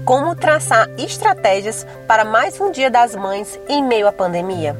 Como traçar estratégias para mais um Dia das Mães em meio à pandemia?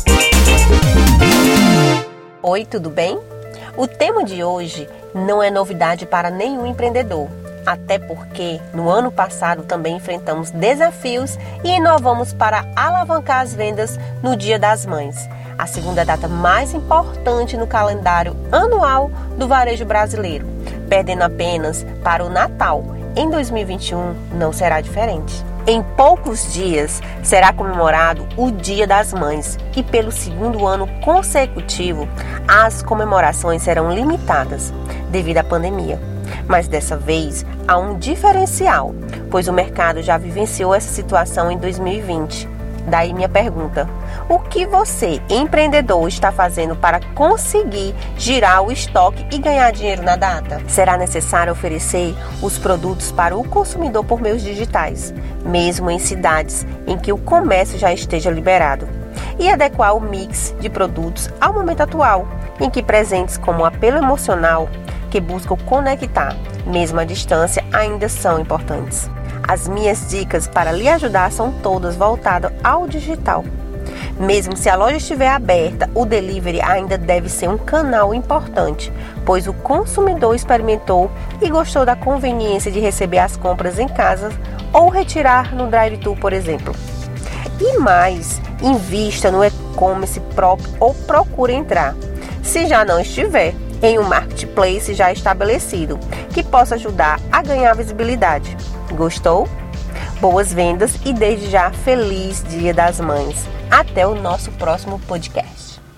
Oi, tudo bem? O tema de hoje não é novidade para nenhum empreendedor, até porque no ano passado também enfrentamos desafios e inovamos para alavancar as vendas no Dia das Mães, a segunda data mais importante no calendário anual do varejo brasileiro, perdendo apenas para o Natal. Em 2021 não será diferente. Em poucos dias será comemorado o Dia das Mães e pelo segundo ano consecutivo as comemorações serão limitadas devido à pandemia. Mas dessa vez há um diferencial, pois o mercado já vivenciou essa situação em 2020. Daí minha pergunta: o que você, empreendedor, está fazendo para conseguir girar o estoque e ganhar dinheiro na data? Será necessário oferecer os produtos para o consumidor por meios digitais, mesmo em cidades em que o comércio já esteja liberado, e adequar o mix de produtos ao momento atual, em que presentes como o apelo emocional, que buscam conectar, mesmo à distância, ainda são importantes. As minhas dicas para lhe ajudar são todas voltadas ao digital. Mesmo se a loja estiver aberta, o delivery ainda deve ser um canal importante, pois o consumidor experimentou e gostou da conveniência de receber as compras em casa ou retirar no drive-thru, por exemplo. E mais, invista no e-commerce próprio ou procure entrar, se já não estiver, em um marketplace já estabelecido, que possa ajudar a ganhar visibilidade. Gostou? Boas vendas e desde já feliz Dia das Mães. Até o nosso próximo podcast.